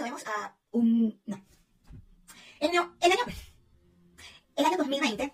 pasaremos a un... No. El año 2020...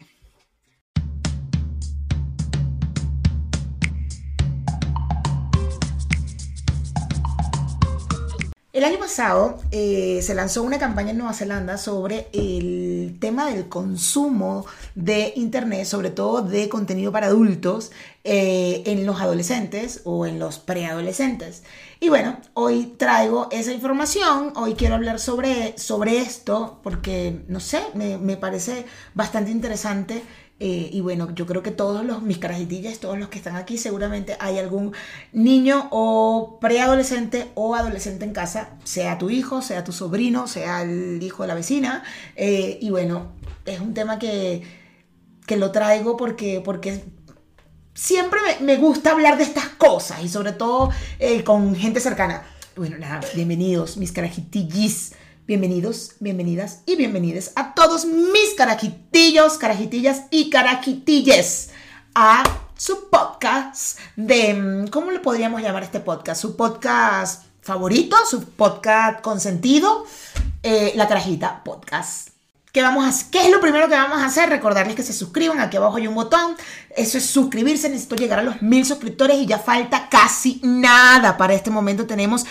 El año pasado se lanzó una campaña en Nueva Zelanda sobre el tema del consumo de internet, sobre todo de contenido para adultos, en los adolescentes o en los preadolescentes. Y bueno, hoy traigo esa información, hoy quiero hablar sobre esto porque, no sé, me parece bastante interesante. Y bueno, yo creo que mis carajitillas, todos los que están aquí, seguramente hay algún niño o preadolescente o adolescente en casa, sea tu hijo, sea tu sobrino, sea el hijo de la vecina. Y bueno, es un tema que lo traigo porque siempre me gusta hablar de estas cosas y sobre todo con gente cercana. Bueno, nada, bienvenidos mis carajitillis. Bienvenidos, bienvenidas y bienvenides a todos mis carajitillos, carajitillas y carajitilles a su podcast de... ¿Cómo le podríamos llamar este podcast? Su podcast favorito, su podcast consentido, La Carajita Podcast. ¿Qué es lo primero que vamos a hacer? Recordarles que se suscriban. Aquí abajo hay un botón. Eso es suscribirse. Necesito llegar a los 1000 suscriptores y ya falta casi nada. Para este momento tenemos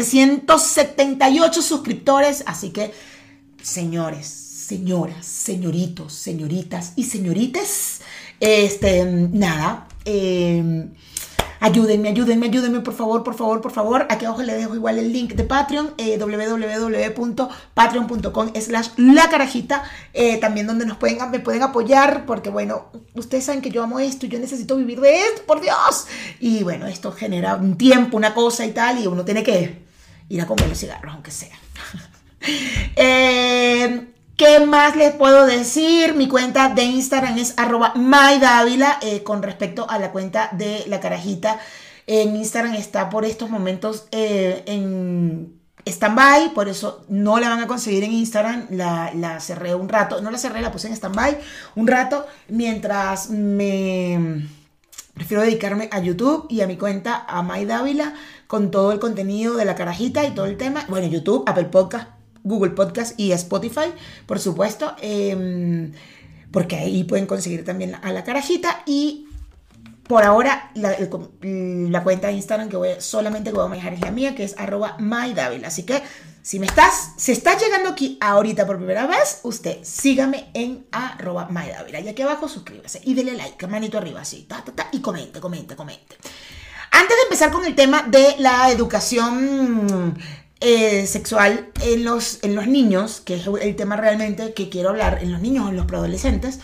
778 suscriptores. Así que, señores, señoras, señoritos, señoritas y señorites, nada, ayúdenme, por favor. Aquí abajo les dejo igual el link de Patreon, www.patreon.com/lacarajita, también donde me pueden apoyar, porque bueno, ustedes saben que yo amo esto, yo necesito vivir de esto, por Dios. Y bueno, esto genera un tiempo, una cosa y tal, y uno tiene que ir a comer los cigarros, aunque sea. ¿Qué más les puedo decir? Mi cuenta de Instagram es @maydavila. Con respecto a la cuenta de La Carajita, en Instagram está por estos momentos en stand-by, por eso no la van a conseguir en Instagram. La cerré un rato, no la cerré, la puse en stand-by un rato mientras prefiero dedicarme a YouTube y a mi cuenta, a Maydavila, con todo el contenido de La Carajita y todo el tema. Bueno, YouTube, Apple Podcast, Google Podcast y Spotify, por supuesto, porque ahí pueden conseguir también a La Carajita. Y por ahora la cuenta de Instagram que voy a manejar es la mía, que es @maydavila. Así que si estás llegando aquí ahorita por primera vez, usted sígame en @maydavila. Y aquí abajo suscríbase y dele like, manito arriba, así, y comente. Antes de empezar con el tema de la educación sexual en los niños, que es el tema realmente que quiero hablar, en los niños o en los preadolescentes,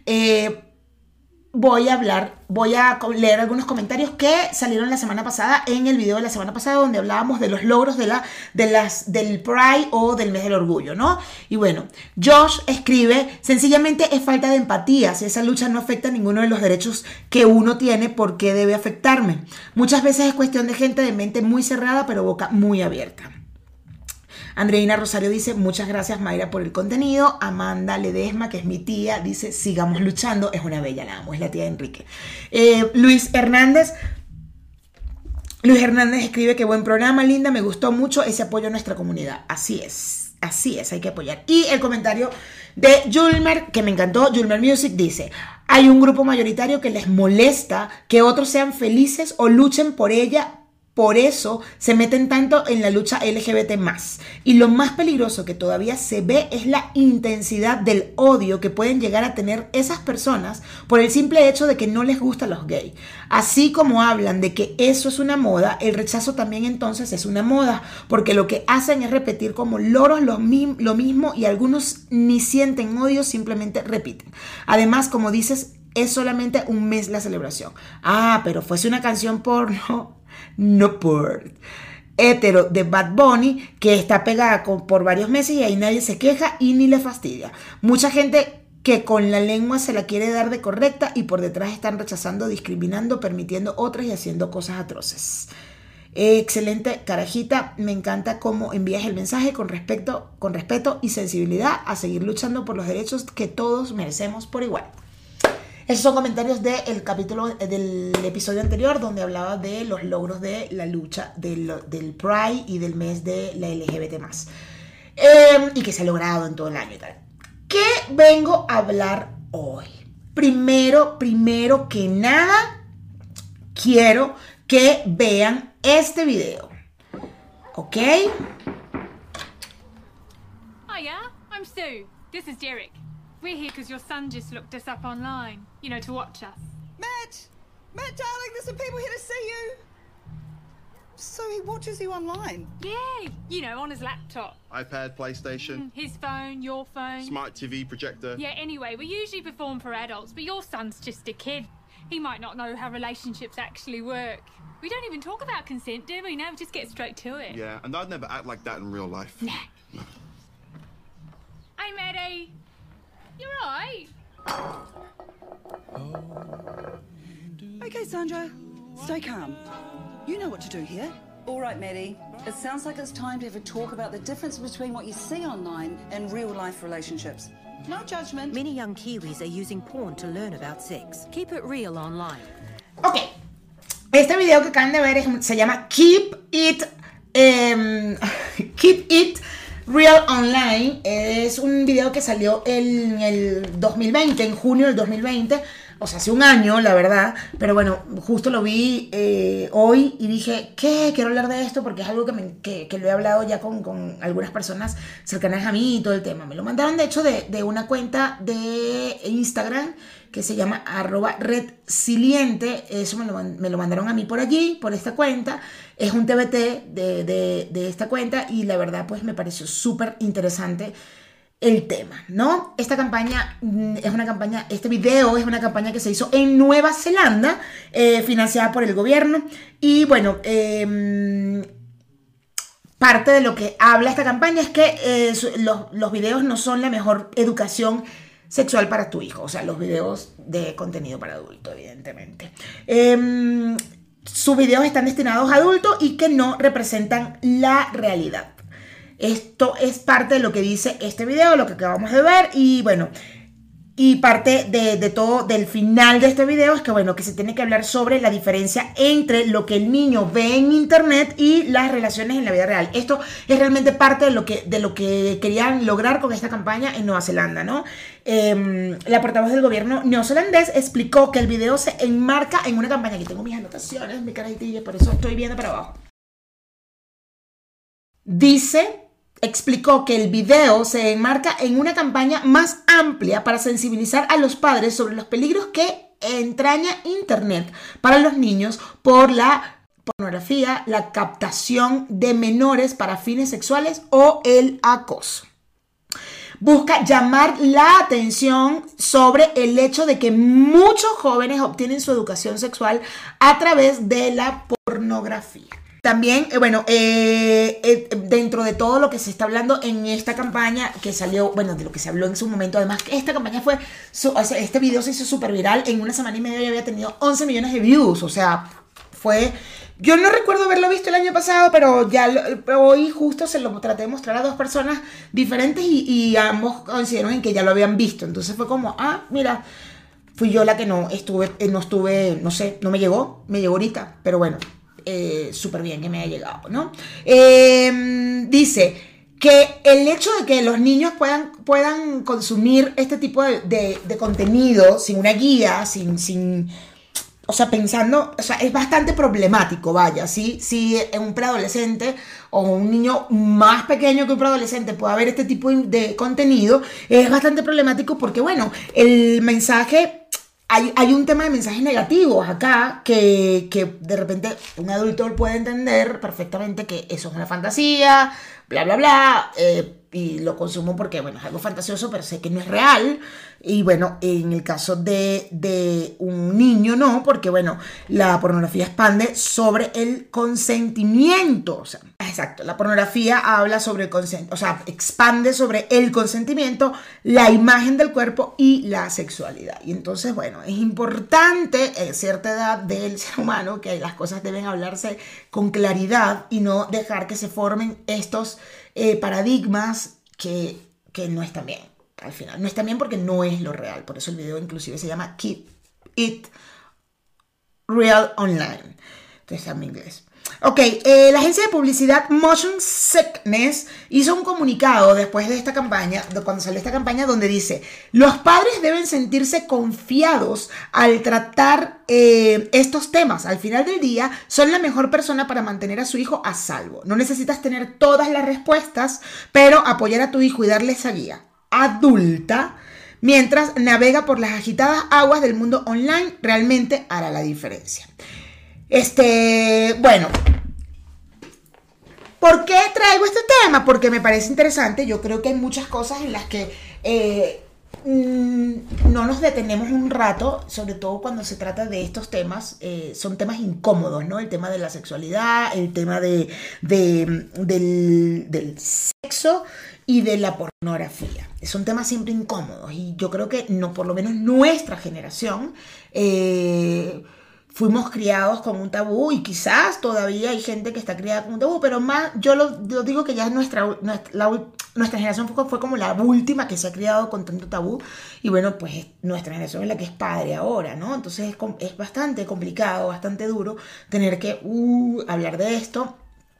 voy a leer algunos comentarios que salieron la semana pasada, en el video de la semana pasada, donde hablábamos de los logros del Pride o del mes del orgullo, ¿no? Y bueno, Josh escribe: sencillamente es falta de empatía. Si esa lucha no afecta a ninguno de los derechos que uno tiene, ¿por qué debe afectarme? Muchas veces es cuestión de gente de mente muy cerrada, pero boca muy abierta. Andreina Rosario dice: muchas gracias, Mayra, por el contenido. Amanda Ledesma, que es mi tía, dice: sigamos luchando. Es una bella, la amo, es la tía de Enrique. Luis Hernández escribe: qué buen programa, linda, me gustó mucho ese apoyo a nuestra comunidad. Así es, hay que apoyar. Y el comentario de Julmer, que me encantó, Julmer Music, dice: hay un grupo mayoritario que les molesta que otros sean felices o luchen por ella. Por eso se meten tanto en la lucha LGBT+. Y lo más peligroso que todavía se ve es la intensidad del odio que pueden llegar a tener esas personas por el simple hecho de que no les gustan los gays. Así como hablan de que eso es una moda, el rechazo también entonces es una moda, porque lo que hacen es repetir como loros lo mismo, y algunos ni sienten odio, simplemente repiten. Además, como dices, es solamente un mes la celebración. Pero fuese una canción porno... No por hetero de Bad Bunny, que está pegada por varios meses y ahí nadie se queja y ni le fastidia. Mucha gente que con la lengua se la quiere dar de correcta y por detrás están rechazando, discriminando, permitiendo otras y haciendo cosas atroces. Excelente, Carajita, me encanta cómo envías el mensaje con respeto y sensibilidad a seguir luchando por los derechos que todos merecemos por igual. Esos son comentarios del capítulo, del episodio anterior, donde hablaba de los logros de la lucha del Pride y del mes de la LGBT+. Y que se ha logrado en todo el año y tal. ¿Qué vengo a hablar hoy? Primero que nada, quiero que vean este video. ¿Ok? Hiya, I'm Sue. This is Derek. We're here because your son just looked us up online, you know, to watch us. Matt, darling, there's some people here to see you. So he watches you online? Yeah, you know, on his laptop. iPad, PlayStation. His phone, your phone. Smart TV projector. Yeah, anyway, we usually perform for adults, but your son's just a kid. He might not know how relationships actually work. We don't even talk about consent, do we? No, we just get straight to it. Yeah, and I'd never act like that in real life. Nah. Hey, Maddie. You right? Okay, Sandra, stay calm. You know what to do here. All right, Maddie. It sounds like it's time to have a talk about the difference between what you see online and real-life relationships. No judgment. Many young Kiwis are using porn to learn about sex. Keep it real online. Ok. Este video que acaban de ver se llama Keep It Real Online. Es un video que salió en el 2020, en junio del 2020. O sea, hace un año, la verdad. Pero bueno, justo lo vi hoy y dije, ¿qué? Quiero hablar de esto porque es algo que lo he hablado ya con algunas personas cercanas a mí y todo el tema. Me lo mandaron, de hecho, de una cuenta de Instagram que se llama @redsiliente. Eso me lo mandaron a mí por allí, por esta cuenta. Es un TBT de esta cuenta y la verdad pues me pareció súper interesante el tema, ¿no? Esta campaña es una campaña, este video es una campaña que se hizo en Nueva Zelanda, financiada por el gobierno. Y bueno, parte de lo que habla esta campaña es que los videos no son la mejor educación sexual para tu hijo. O sea, los videos de contenido para adulto, evidentemente. Sus videos están destinados a adultos y que no representan la realidad. Esto es parte de lo que dice este video, lo que acabamos de ver. Y bueno, y parte de todo, del final de este video es que bueno, que se tiene que hablar sobre la diferencia entre lo que el niño ve en internet y las relaciones en la vida real. Esto es realmente parte de lo que querían lograr con esta campaña en Nueva Zelanda, ¿no? La portavoz del gobierno neozelandés explicó que el video se enmarca en una campaña. Aquí tengo mis anotaciones, mi carajitilla, por eso estoy viendo para abajo. Explicó que el video se enmarca en una campaña más amplia para sensibilizar a los padres sobre los peligros que entraña Internet para los niños por la pornografía, la captación de menores para fines sexuales o el acoso. Busca llamar la atención sobre el hecho de que muchos jóvenes obtienen su educación sexual a través de la pornografía. También, dentro de todo lo que se está hablando en esta campaña que salió, bueno, de lo que se habló en su momento, además esta campaña este video se hizo súper viral, en una semana y media ya había tenido 11 millones de views, o sea, yo no recuerdo haberlo visto el año pasado, pero hoy justo se lo traté de mostrar a dos personas diferentes y ambos coincidieron en que ya lo habían visto, entonces fue como, mira, fui yo la que no sé, no me llegó ahorita, pero bueno. Súper bien que me haya llegado, ¿no? Dice que el hecho de que los niños puedan consumir este tipo de contenido sin una guía, o sea, pensando, o sea, es bastante problemático, vaya, ¿sí? Si un preadolescente o un niño más pequeño que un preadolescente pueda ver este tipo de contenido, es bastante problemático porque, bueno, el mensaje... Hay un tema de mensajes negativos acá que de repente un adulto puede entender perfectamente que eso es una fantasía, bla, bla, bla, y lo consumo porque, bueno, es algo fantasioso, pero sé que no es real. Y bueno, en el caso de un niño no, porque bueno, la pornografía expande sobre el consentimiento. O sea, exacto, la pornografía habla sobre el consentimiento, o sea, expande sobre el consentimiento, la imagen del cuerpo y la sexualidad. Y entonces, bueno, es importante en cierta edad del ser humano que las cosas deben hablarse con claridad y no dejar que se formen estos paradigmas que no están bien. Al final no está bien porque no es lo real. Por eso el video inclusive se llama Keep It Real Online. Entonces está en inglés. Ok, la agencia de publicidad Motion Sickness hizo un comunicado después de esta campaña, cuando salió esta campaña, donde dice: los padres deben sentirse confiados al tratar estos temas. Al final del día, son la mejor persona para mantener a su hijo a salvo. No necesitas tener todas las respuestas, pero apoyar a tu hijo y darle esa guía adulta mientras navega por las agitadas aguas del mundo online realmente hará la diferencia. Bueno, ¿por qué traigo este tema? Porque me parece interesante. Yo creo que hay muchas cosas en las que no nos detenemos un rato, sobre todo cuando se trata de estos temas. Son temas incómodos, ¿no? El tema de la sexualidad, el tema del sexo y de la pornografía. Son temas siempre incómodos y yo creo que no, por lo menos nuestra generación, fuimos criados con un tabú y quizás todavía hay gente que está criada con un tabú, pero más, yo lo digo que ya nuestra generación fue como la última que se ha criado con tanto tabú y bueno, pues nuestra generación es la que es padre ahora, ¿no? Entonces es bastante complicado, bastante duro tener que hablar de esto.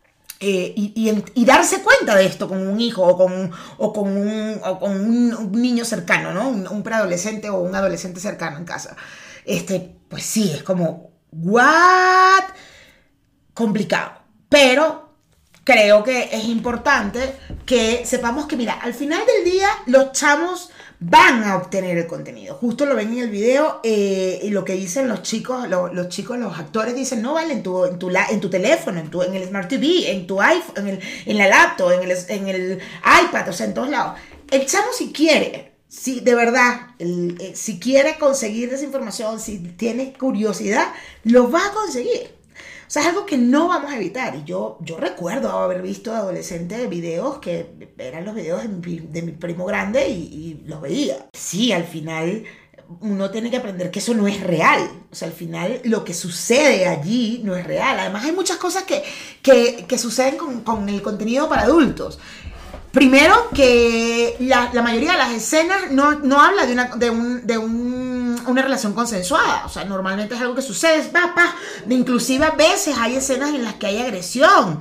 Y darse cuenta de esto con un hijo o con un niño cercano, ¿no? Un preadolescente o un adolescente cercano en casa. Pues sí, es como, ¿what? Complicado. Pero creo que es importante que sepamos que, mira, al final del día los chamos van a obtener el contenido. Justo lo ven en el video y lo que dicen los chicos, los actores dicen, no vale, en tu teléfono, en el Smart TV, en tu iPhone, en la laptop, en el iPad, o sea, en todos lados. El chamo si quiere, si de verdad, si quiere conseguir esa información, si tiene curiosidad, lo va a conseguir. O sea, es algo que no vamos a evitar. Y yo recuerdo haber visto de adolescente videos que eran los videos de mi primo grande y los veía. Sí, al final uno tiene que aprender que eso no es real. O sea, al final lo que sucede allí no es real. Además hay muchas cosas que suceden con el contenido para adultos. Primero, que la mayoría de las escenas no habla de una relación consensuada. O sea, normalmente es algo que sucede, inclusive a veces hay escenas en las que hay agresión.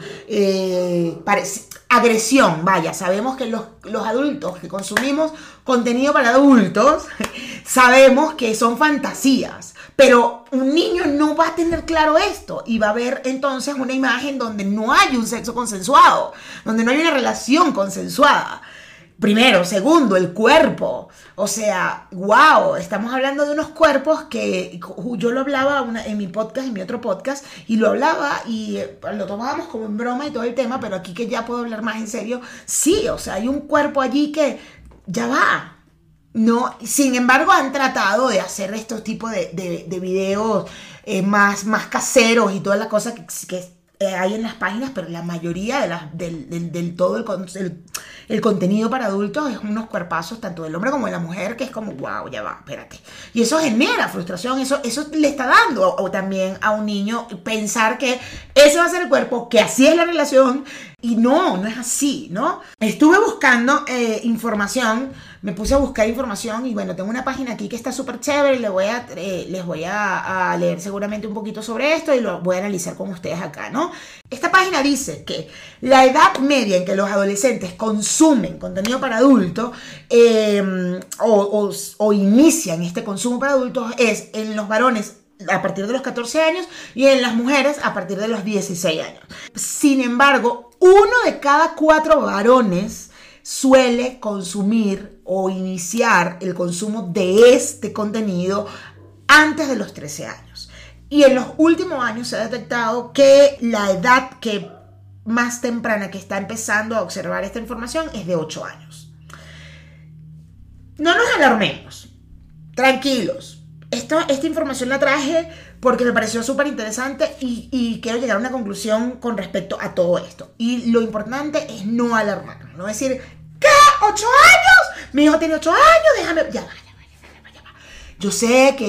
Agresión, vaya, sabemos que los adultos que consumimos contenido para adultos, sabemos que son fantasías. Pero un niño no va a tener claro esto y va a ver entonces una imagen donde no hay un sexo consensuado, donde no hay una relación consensuada. Primero, segundo, el cuerpo. O sea, wow, estamos hablando de unos cuerpos que yo lo hablaba en mi podcast, en mi otro podcast, y lo hablaba y lo tomábamos como en broma y todo el tema, pero aquí que ya puedo hablar más en serio, sí, o sea, hay un cuerpo allí que ya va. No, sin embargo, han tratado de hacer estos tipos de videos más caseros y todas las cosas que hay en las páginas, pero la mayoría del todo el contenido para adultos es unos cuerpazos tanto del hombre como de la mujer, que es como, wow, ya va, espérate. Y eso genera frustración, eso le está dando o también a un niño pensar que ese va a ser el cuerpo, que así es la relación, y no es así, ¿no? Estuve buscando información, me puse a buscar información y bueno, tengo una página aquí que está súper chévere y les voy a leer seguramente un poquito sobre esto y lo voy a analizar con ustedes acá, ¿no? Esta página dice que la edad media en que los adolescentes consumen contenido para adultos o inician este consumo para adultos es en los varones a partir de los 14 años y en las mujeres a partir de los 16 años. Sin embargo, 1 de cada 4 varones suele consumir o iniciar el consumo de este contenido antes de los 13 años. Y en los últimos años se ha detectado que la edad que más temprana que está empezando a observar esta información es de 8 años. No nos alarmemos, tranquilos. Esta información la traje porque me pareció súper interesante y quiero llegar a una conclusión con respecto a todo esto. Y lo importante es no alarmarnos, no decir, ¿qué? ¿8 años? Mi hijo tiene 8 años, déjame... Ya va. Yo sé que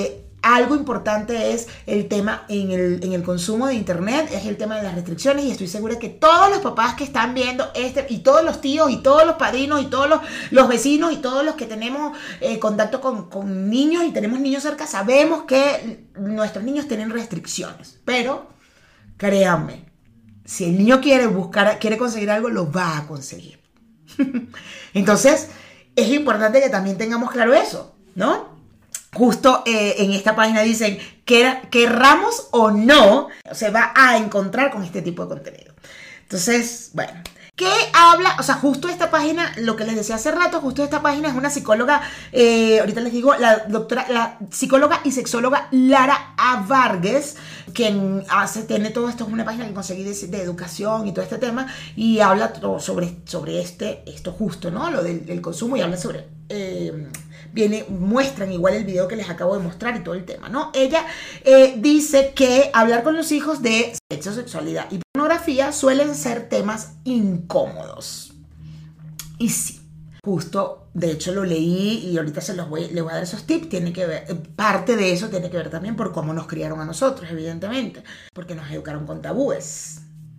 algo importante es el tema en el consumo de internet, es el tema de las restricciones, y estoy segura que todos los papás que están viendo y todos los tíos y todos los padrinos y todos los vecinos y todos los que tenemos contacto con niños y tenemos niños cerca, sabemos que nuestros niños tienen restricciones, pero créanme, si el niño quiere conseguir algo, lo va a conseguir. Entonces, es importante que también tengamos claro eso, ¿no? Justo en esta página dicen que querramos o no, se va a encontrar con este tipo de contenido. Entonces, bueno, ¿qué habla? O sea, justo esta página, lo que les decía hace rato, justo esta página es una psicóloga, ahorita les digo, la psicóloga y sexóloga Lara A. Vargas, quien tiene todo esto, es una página que conseguí de educación y todo este tema, y habla sobre esto justo, ¿no? Lo del consumo, y habla sobre... muestran igual el video que les acabo de mostrar y todo el tema, ¿no? Ella dice que hablar con los hijos de sexo, sexualidad y pornografía suelen ser temas incómodos. Y sí, justo, de hecho lo leí y ahorita les voy a dar esos tips. Tiene que ver, parte de eso tiene que ver también por cómo nos criaron a nosotros, evidentemente, porque nos educaron con tabúes.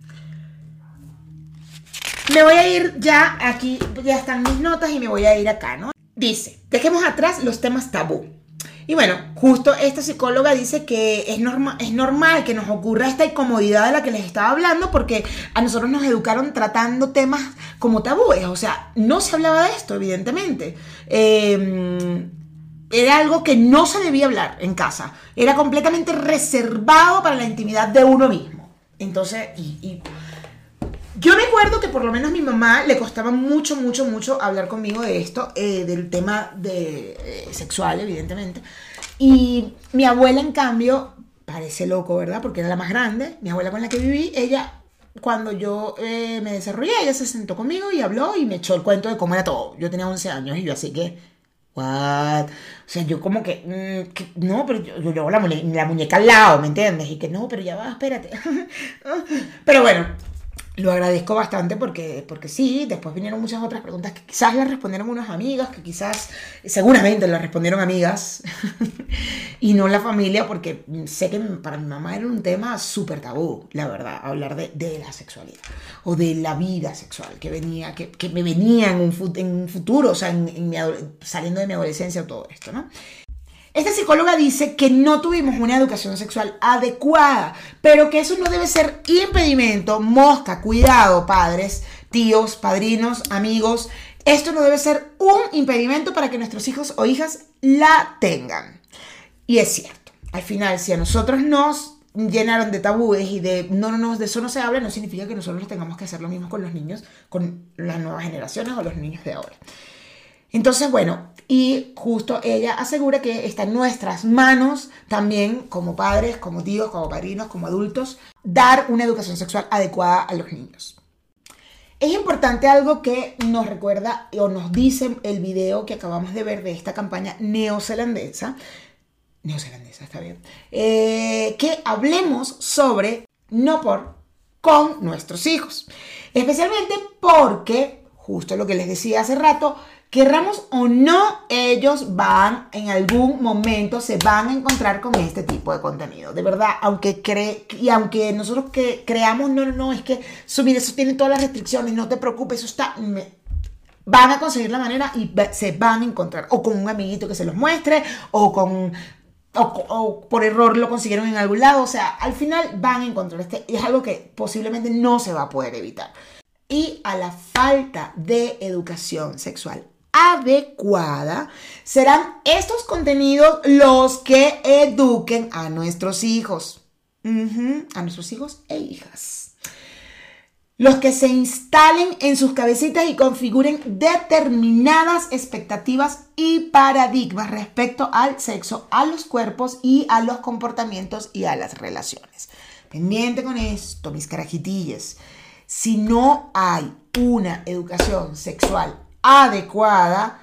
Me voy a ir ya aquí, ya están mis notas y me voy a ir acá, ¿no? Dice, dejemos atrás los temas tabú. Y bueno, justo esta psicóloga dice que es normal que nos ocurra esta incomodidad de la que les estaba hablando, porque a nosotros nos educaron tratando temas como tabúes. O sea, no se hablaba de esto, evidentemente. Era algo que no se debía hablar en casa. Era completamente reservado para la intimidad de uno mismo. Entonces, yo me acuerdo que por lo menos a mi mamá le costaba mucho hablar conmigo de esto, del tema sexual, evidentemente. Y mi abuela, en cambio, parece loco, ¿verdad? Porque era la más grande. Mi abuela con la que viví, ella, cuando yo me desarrollé, ella se sentó conmigo y habló y me echó el cuento de cómo era todo. Yo tenía 11 años y yo así que... ¿what? O sea, yo como que no, pero yo llevo la muñeca al lado, ¿me entiendes? Y que no, pero ya va, espérate. Pero bueno... Lo agradezco bastante porque sí, después vinieron muchas otras preguntas que quizás las respondieron unas amigas, que quizás, seguramente las respondieron amigas y no la familia, porque sé que para mi mamá era un tema súper tabú, la verdad, hablar de la sexualidad o de la vida sexual que me venía en un futuro, o sea, saliendo de mi adolescencia o todo esto, ¿no? Esta psicóloga dice que no tuvimos una educación sexual adecuada, pero que eso no debe ser impedimento. Mosca, cuidado, padres, tíos, padrinos, amigos. Esto no debe ser un impedimento para que nuestros hijos o hijas la tengan. Y es cierto, al final, si a nosotros nos llenaron de tabúes y de eso no se habla, no significa que nosotros tengamos que hacer lo mismo con los niños, con las nuevas generaciones o los niños de ahora. Entonces, bueno, y justo ella asegura que está en nuestras manos también, como padres, como tíos, como padrinos, como adultos, dar una educación sexual adecuada a los niños. Es importante algo que nos recuerda o nos dice el video que acabamos de ver de esta campaña neozelandesa, está bien, que hablemos sobre con nuestros hijos, especialmente porque, justo lo que les decía hace rato, querramos o no, ellos en algún momento se van a encontrar con este tipo de contenido. De verdad, aunque nosotros creamos, no, es que eso tiene todas las restricciones, no te preocupes, eso está... Van a conseguir la manera y se van a encontrar. O con un amiguito que se los muestre, o por error lo consiguieron en algún lado. O sea, al final van a encontrar es algo que posiblemente no se va a poder evitar. Y a la falta de educación sexual adecuada, serán estos contenidos los que eduquen a nuestros hijos. A nuestros hijos e hijas. Los que se instalen en sus cabecitas y configuren determinadas expectativas y paradigmas respecto al sexo, a los cuerpos y a los comportamientos y a las relaciones. Pendiente con esto, mis carajitillas. Si no hay una educación sexual adecuada,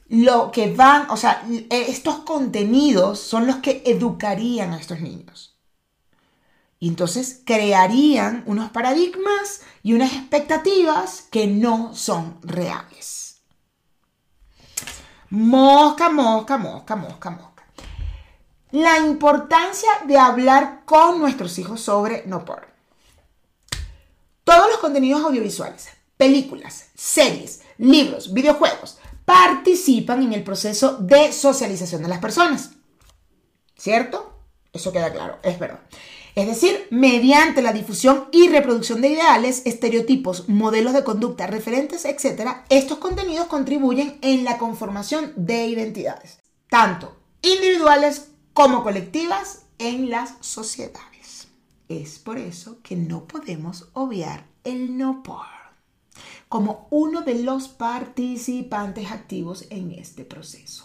estos contenidos son los que educarían a estos niños. Y entonces crearían unos paradigmas y unas expectativas que no son reales. Mosca. La importancia de hablar con nuestros hijos sobre no porn. Todos los contenidos audiovisuales, películas, series, libros, videojuegos, participan en el proceso de socialización de las personas. ¿Cierto? Eso queda claro, es verdad. Es decir, mediante la difusión y reproducción de ideales, estereotipos, modelos de conducta, referentes, etc., estos contenidos contribuyen en la conformación de identidades, tanto individuales como colectivas en las sociedades. Es por eso que no podemos obviar el no porn como uno de los participantes activos en este proceso.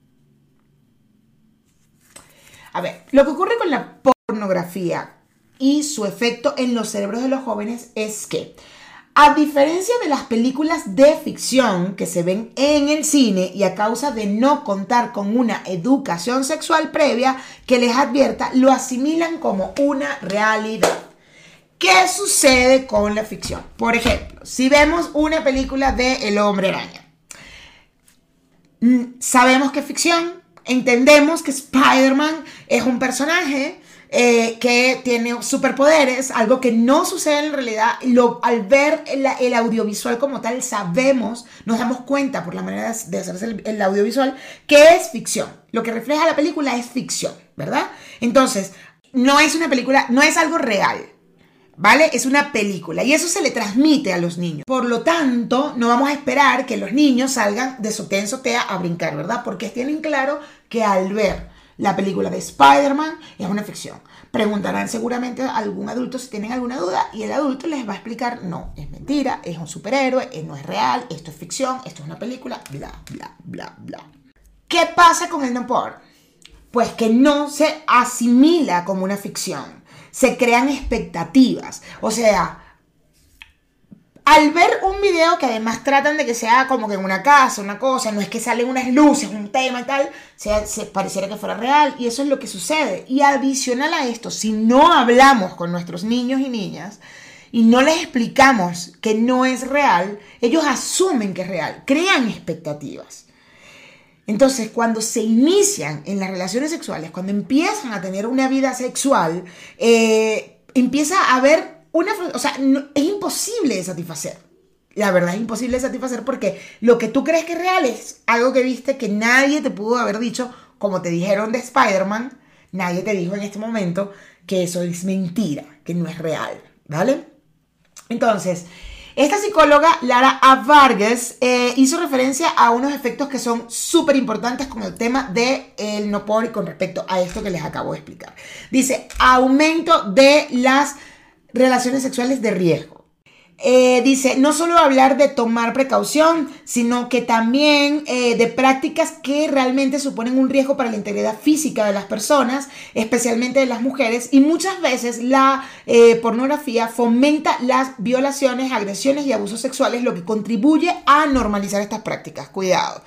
A ver, lo que ocurre con la pornografía y su efecto en los cerebros de los jóvenes es que, a diferencia de las películas de ficción que se ven en el cine y a causa de no contar con una educación sexual previa que les advierta, lo asimilan como una realidad. ¿Qué sucede con la ficción? Por ejemplo, si vemos una película de El Hombre Araña, sabemos que es ficción, entendemos que Spider-Man es un personaje que tiene superpoderes, algo que no sucede en realidad. Al ver el audiovisual como tal, nos damos cuenta por la manera de hacerse el audiovisual que es ficción. Lo que refleja la película es ficción, ¿verdad? Entonces, no es una película, no es algo real, ¿vale? Es una película y eso se le transmite a los niños. Por lo tanto, no vamos a esperar que los niños salgan de azotea en azotea a brincar, ¿verdad? Porque tienen claro que al ver la película de Spider-Man es una ficción. Preguntarán seguramente a algún adulto si tienen alguna duda y el adulto les va a explicar, no, es mentira, es un superhéroe, no es real, esto es ficción, esto es una película, bla, bla, bla, bla. ¿Qué pasa con el no porn? Pues que no se asimila como una ficción. Se crean expectativas. O sea, al ver un video que además tratan de que sea como que en una casa, una cosa, no es que salen unas luces, un tema y tal, se pareciera que fuera real, y eso es lo que sucede. Y adicional a esto, si no hablamos con nuestros niños y niñas y no les explicamos que no es real, ellos asumen que es real, crean expectativas. Entonces, cuando se inician en las relaciones sexuales, cuando empiezan a tener una vida sexual, empieza a haber es imposible de satisfacer. La verdad es imposible de satisfacer porque lo que tú crees que es real es algo que viste que nadie te pudo haber dicho, como te dijeron de Spider-Man, nadie te dijo en este momento que eso es mentira, que no es real, ¿vale? Entonces, esta psicóloga, Lara A. Vargas, hizo referencia a unos efectos que son súper importantes con el tema del no porn y con respecto a esto que les acabo de explicar. Dice, aumento de las relaciones sexuales de riesgo. Dice, no solo hablar de tomar precaución, sino que también de prácticas que realmente suponen un riesgo para la integridad física de las personas, especialmente de las mujeres, y muchas veces la pornografía fomenta las violaciones, agresiones y abusos sexuales, lo que contribuye a normalizar estas prácticas. Cuidado.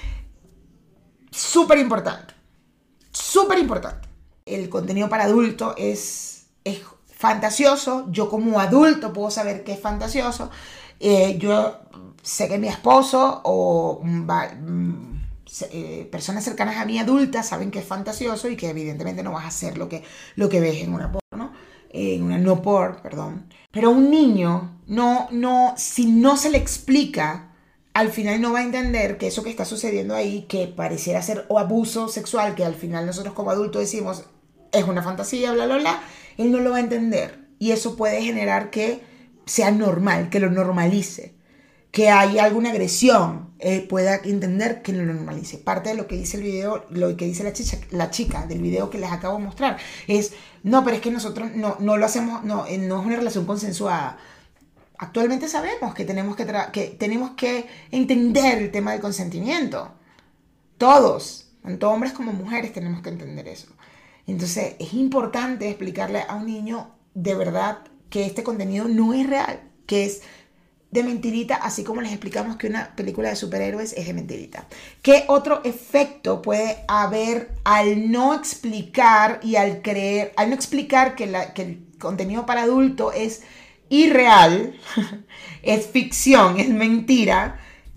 Súper importante. Súper importante. El contenido para adultos es fantasioso. Yo como adulto puedo saber que es fantasioso. Yo sé que mi esposo o personas cercanas a mí adultas saben que es fantasioso y que evidentemente no vas a hacer lo que ves en una porno, en una no porn, perdón. Pero un niño si no se le explica, al final no va a entender que eso que está sucediendo ahí, que pareciera ser o abuso sexual, que al final nosotros como adultos decimos es una fantasía, bla, bla, bla. Él no lo va a entender y eso puede generar que sea normal, que lo normalice, que haya alguna agresión, pueda entender que lo normalice. Parte de lo que dice el video, lo que dice la chica del video que les acabo de mostrar es, no, pero es que nosotros no lo hacemos, no es una relación consensuada. Actualmente sabemos que tenemos que entender el tema del consentimiento. Todos, tanto hombres como mujeres, tenemos que entender eso. Entonces es importante explicarle a un niño de verdad que este contenido no es real, que es de mentirita, así como les explicamos que una película de superhéroes es de mentirita. ¿Qué otro efecto puede haber al no explicar y al no explicar que el contenido para adulto es irreal, es ficción, es mentira?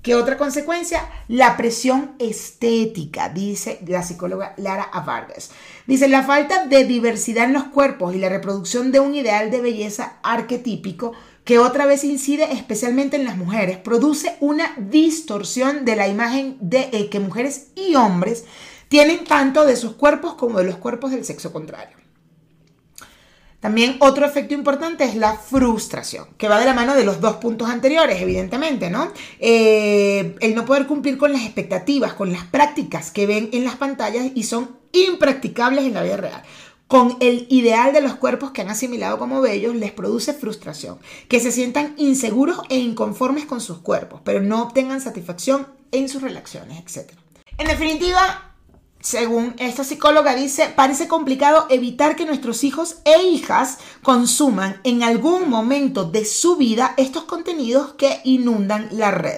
¿Qué otra consecuencia? La presión estética, dice la psicóloga Lara Vargas. Dice, la falta de diversidad en los cuerpos y la reproducción de un ideal de belleza arquetípico que otra vez incide especialmente en las mujeres, produce una distorsión de la imagen de que mujeres y hombres tienen tanto de sus cuerpos como de los cuerpos del sexo contrario. También otro efecto importante es la frustración, que va de la mano de los dos puntos anteriores, evidentemente, ¿no? El no poder cumplir con las expectativas, con las prácticas que ven en las pantallas y son impracticables en la vida real. Con el ideal de los cuerpos que han asimilado como bellos, les produce frustración, que se sientan inseguros e inconformes con sus cuerpos, pero no obtengan satisfacción en sus relaciones, etc. En definitiva, según esta psicóloga dice, parece complicado evitar que nuestros hijos e hijas consuman en algún momento de su vida estos contenidos que inundan la red.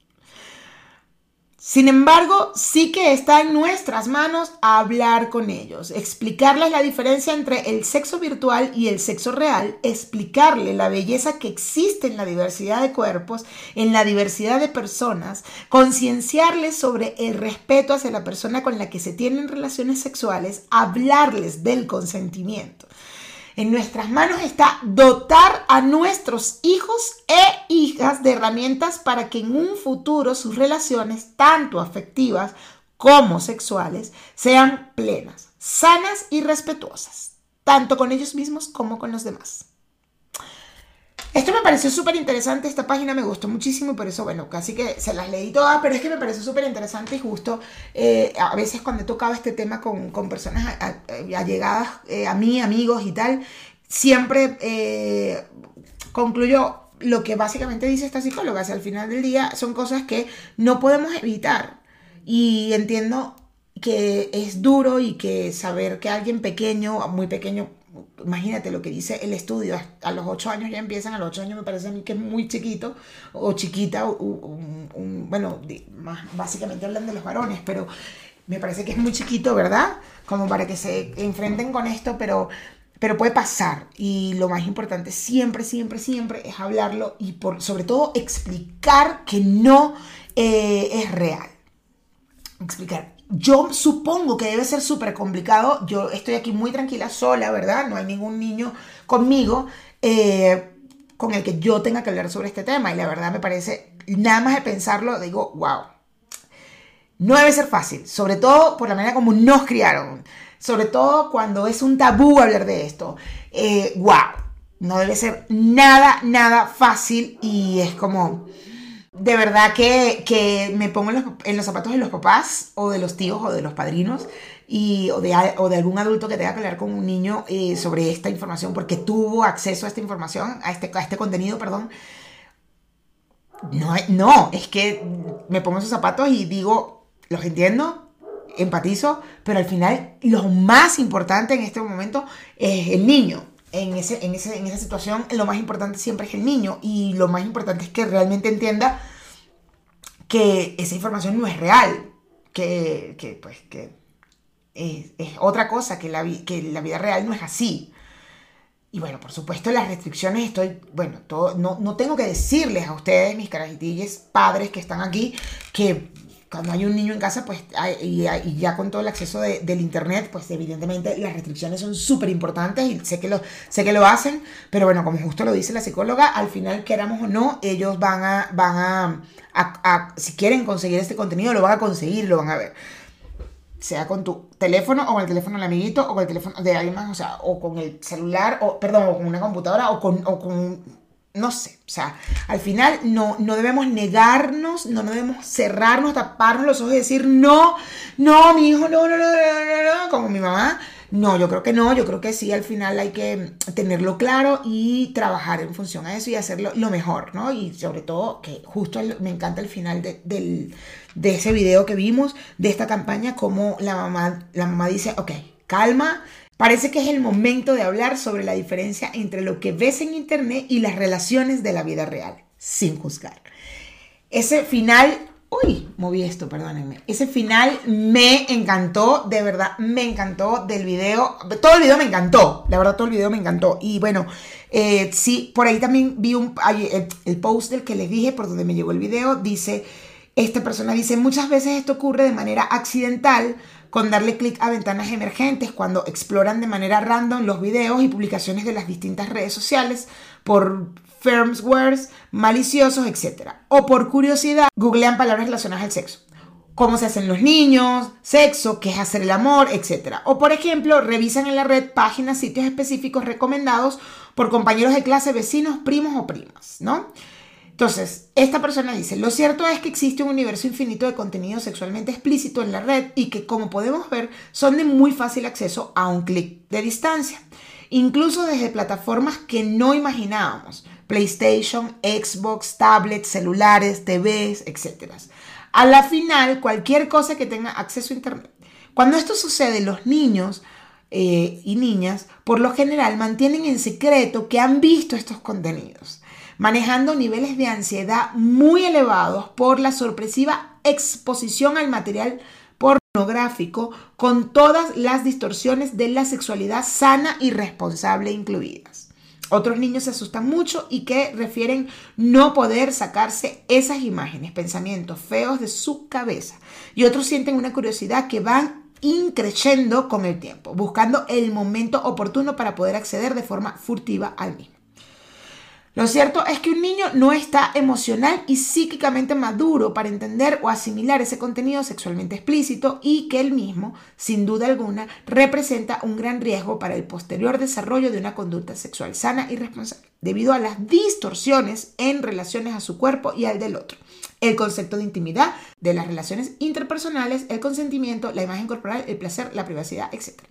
Sin embargo, sí que está en nuestras manos hablar con ellos, explicarles la diferencia entre el sexo virtual y el sexo real, explicarles la belleza que existe en la diversidad de cuerpos, en la diversidad de personas, concienciarles sobre el respeto hacia la persona con la que se tienen relaciones sexuales, hablarles del consentimiento. En nuestras manos está dotar a nuestros hijos e hijas de herramientas para que en un futuro sus relaciones, tanto afectivas como sexuales, sean plenas, sanas y respetuosas, tanto con ellos mismos como con los demás. Esto me pareció súper interesante, esta página me gustó muchísimo y por eso, bueno, casi que se las leí todas, pero es que me pareció súper interesante y justo a veces cuando he tocado este tema con personas allegadas a mí, amigos y tal, siempre concluyo lo que básicamente dice esta psicóloga, o sea, al final del día son cosas que no podemos evitar y entiendo que es duro y que saber que alguien pequeño, muy pequeño, imagínate lo que dice el estudio, a los 8 años ya empiezan, a los 8 años me parece a mí que es muy chiquito o chiquita, bueno, básicamente hablan de los varones, pero me parece que es muy chiquito, ¿verdad? Como para que se enfrenten con esto, pero puede pasar y lo más importante siempre es hablarlo y sobre todo explicar que no es real. Explicar. Yo supongo que debe ser súper complicado. Yo estoy aquí muy tranquila sola, ¿verdad? No hay ningún niño conmigo con el que yo tenga que hablar sobre este tema. Y la verdad me parece, nada más de pensarlo, digo, wow. No debe ser fácil, sobre todo por la manera como nos criaron. Sobre todo cuando es un tabú hablar de esto. Wow. No debe ser nada fácil y es como... De verdad que me pongo en los zapatos de los papás o de los tíos o de los padrinos o de algún adulto que tenga que hablar con un niño sobre esta información porque tuvo acceso a esta información, a este contenido, perdón. No, es que me pongo en sus zapatos y digo, los entiendo, empatizo, pero al final lo más importante en este momento es el niño. En esa situación lo más importante siempre es el niño y lo más importante es que realmente entienda que esa información no es real, que es otra cosa, que la vida real no es así. Y bueno, por supuesto las restricciones no tengo que decirles a ustedes, mis carajitilles, padres que están aquí, que cuando hay un niño en casa, pues, y ya con todo el acceso del internet, pues evidentemente las restricciones son súper importantes y sé que lo hacen, pero bueno, como justo lo dice la psicóloga, al final, queramos o no, ellos van a si quieren conseguir este contenido, lo van a conseguir, lo van a ver. Sea con tu teléfono, o con el teléfono del amiguito, o con el teléfono de alguien más, o sea, o con el celular, o con una computadora, o con no sé, o sea, al final no debemos negarnos, no debemos cerrarnos, taparnos los ojos y decir no, mi hijo, no, como mi mamá. No, yo creo que no, yo creo que sí, al final hay que tenerlo claro y trabajar en función a eso y hacerlo lo mejor, ¿no? Y sobre todo, que justo me encanta el final de ese video que vimos, de esta campaña, como la mamá dice, ok, calma. Parece que es el momento de hablar sobre la diferencia entre lo que ves en internet y las relaciones de la vida real, sin juzgar. Ese final, moví esto, perdónenme. Ese final me encantó, de verdad me encantó del video. Todo el video me encantó, la verdad todo el video me encantó. Y bueno, sí, por ahí también vi el post del que les dije, por donde me llegó el video, dice... Esta persona dice, muchas veces esto ocurre de manera accidental con darle clic a ventanas emergentes cuando exploran de manera random los videos y publicaciones de las distintas redes sociales por firmwares maliciosos, etc. O por curiosidad, googlean palabras relacionadas al sexo. Cómo se hacen los niños, sexo, qué es hacer el amor, etc. O por ejemplo, revisan en la red páginas, sitios específicos recomendados por compañeros de clase, vecinos, primos o primas, ¿no? Entonces, esta persona dice, lo cierto es que existe un universo infinito de contenido sexualmente explícito en la red y que, como podemos ver, son de muy fácil acceso a un clic de distancia. Incluso desde plataformas que no imaginábamos, PlayStation, Xbox, tablets, celulares, TVs, etc. A la final, cualquier cosa que tenga acceso a Internet. Cuando esto sucede, los niños y niñas, por lo general, mantienen en secreto que han visto estos contenidos, manejando niveles de ansiedad muy elevados por la sorpresiva exposición al material pornográfico con todas las distorsiones de la sexualidad sana y responsable incluidas. Otros niños se asustan mucho y que refieren no poder sacarse esas imágenes, pensamientos feos de su cabeza. Y otros sienten una curiosidad que van increciendo con el tiempo, buscando el momento oportuno para poder acceder de forma furtiva al mismo. Lo cierto es que un niño no está emocional y psíquicamente maduro para entender o asimilar ese contenido sexualmente explícito y que él mismo, sin duda alguna, representa un gran riesgo para el posterior desarrollo de una conducta sexual sana y responsable, debido a las distorsiones en relaciones a su cuerpo y al del otro. El concepto de intimidad, de las relaciones interpersonales, el consentimiento, la imagen corporal, el placer, la privacidad, etc.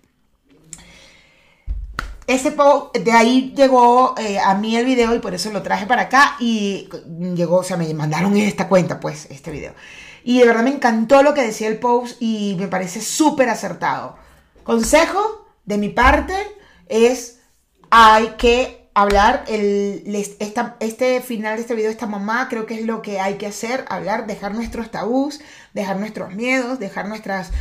Ese post, de ahí llegó a mí el video y por eso lo traje para acá y llegó, o sea, me mandaron esta cuenta, pues, este video. Y de verdad me encantó lo que decía el post y me parece súper acertado. Consejo de mi parte es, hay que hablar, este final de este video, esta mamá, creo que es lo que hay que hacer, hablar, dejar nuestros tabús, dejar nuestros miedos, dejar nuestras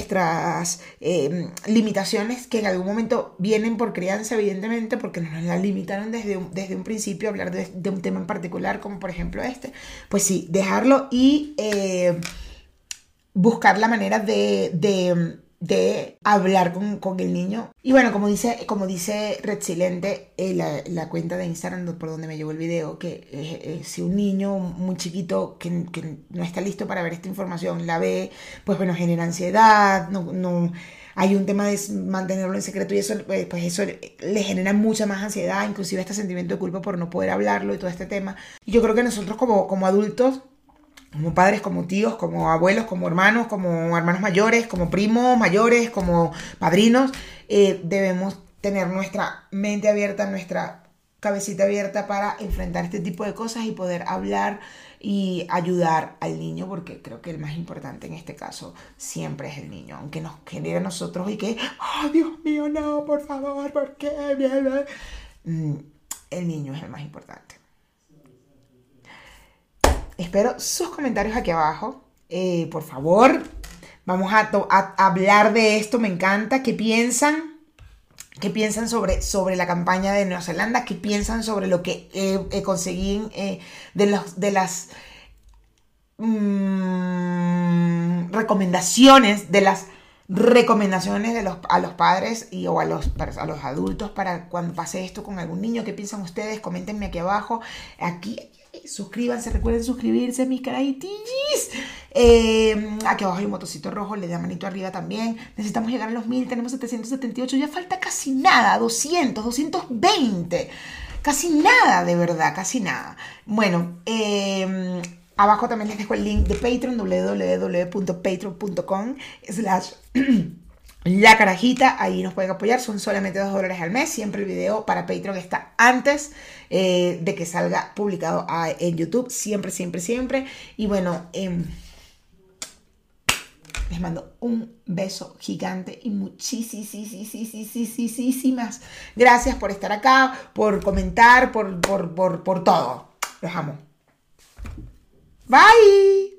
limitaciones que en algún momento vienen por crianza, evidentemente, porque nos la limitaron desde un principio, hablar de un tema en particular, como por ejemplo este. Pues sí, dejarlo y buscar la manera de hablar con el niño. Y bueno, como dice Red Silente, la cuenta de Instagram por donde me llegó el video, que si un niño muy chiquito que no está listo para ver esta información la ve, pues bueno, genera ansiedad, no hay un tema de mantenerlo en secreto y eso, pues eso le genera mucha más ansiedad, inclusive este sentimiento de culpa por no poder hablarlo y todo este tema. Y yo creo que nosotros como adultos, como padres, como tíos, como abuelos, como hermanos mayores, como primos mayores, como padrinos, debemos tener nuestra mente abierta, nuestra cabecita abierta para enfrentar este tipo de cosas y poder hablar y ayudar al niño, porque creo que el más importante en este caso siempre es el niño, aunque nos genere a nosotros y que, ¡oh, Dios mío, no, por favor, ¿por qué? El niño es el más importante. Espero sus comentarios aquí abajo. Por favor, vamos a hablar de esto. Me encanta. ¿Qué piensan? ¿Qué piensan sobre la campaña de Nueva Zelanda? ¿Qué piensan sobre lo que conseguí de las recomendaciones, a los padres o a los adultos para cuando pase esto con algún niño? ¿Qué piensan ustedes? Coméntenme aquí abajo. Suscríbanse, recuerden suscribirse, mis carajitillis. Aquí abajo hay un botoncito rojo, le da manito arriba también. Necesitamos llegar a los 1000, tenemos 778, ya falta casi nada, 200, 220. Casi nada, de verdad, casi nada. Bueno, abajo también les dejo el link de Patreon, www.patreon.com/La Carajita. Ahí nos pueden apoyar, son solamente $2 al mes. Siempre el video para Patreon está antes de que salga publicado en YouTube, siempre. Y bueno, les mando un beso gigante y muchísimas gracias por estar acá, por comentar, por todo. Los amo. Bye.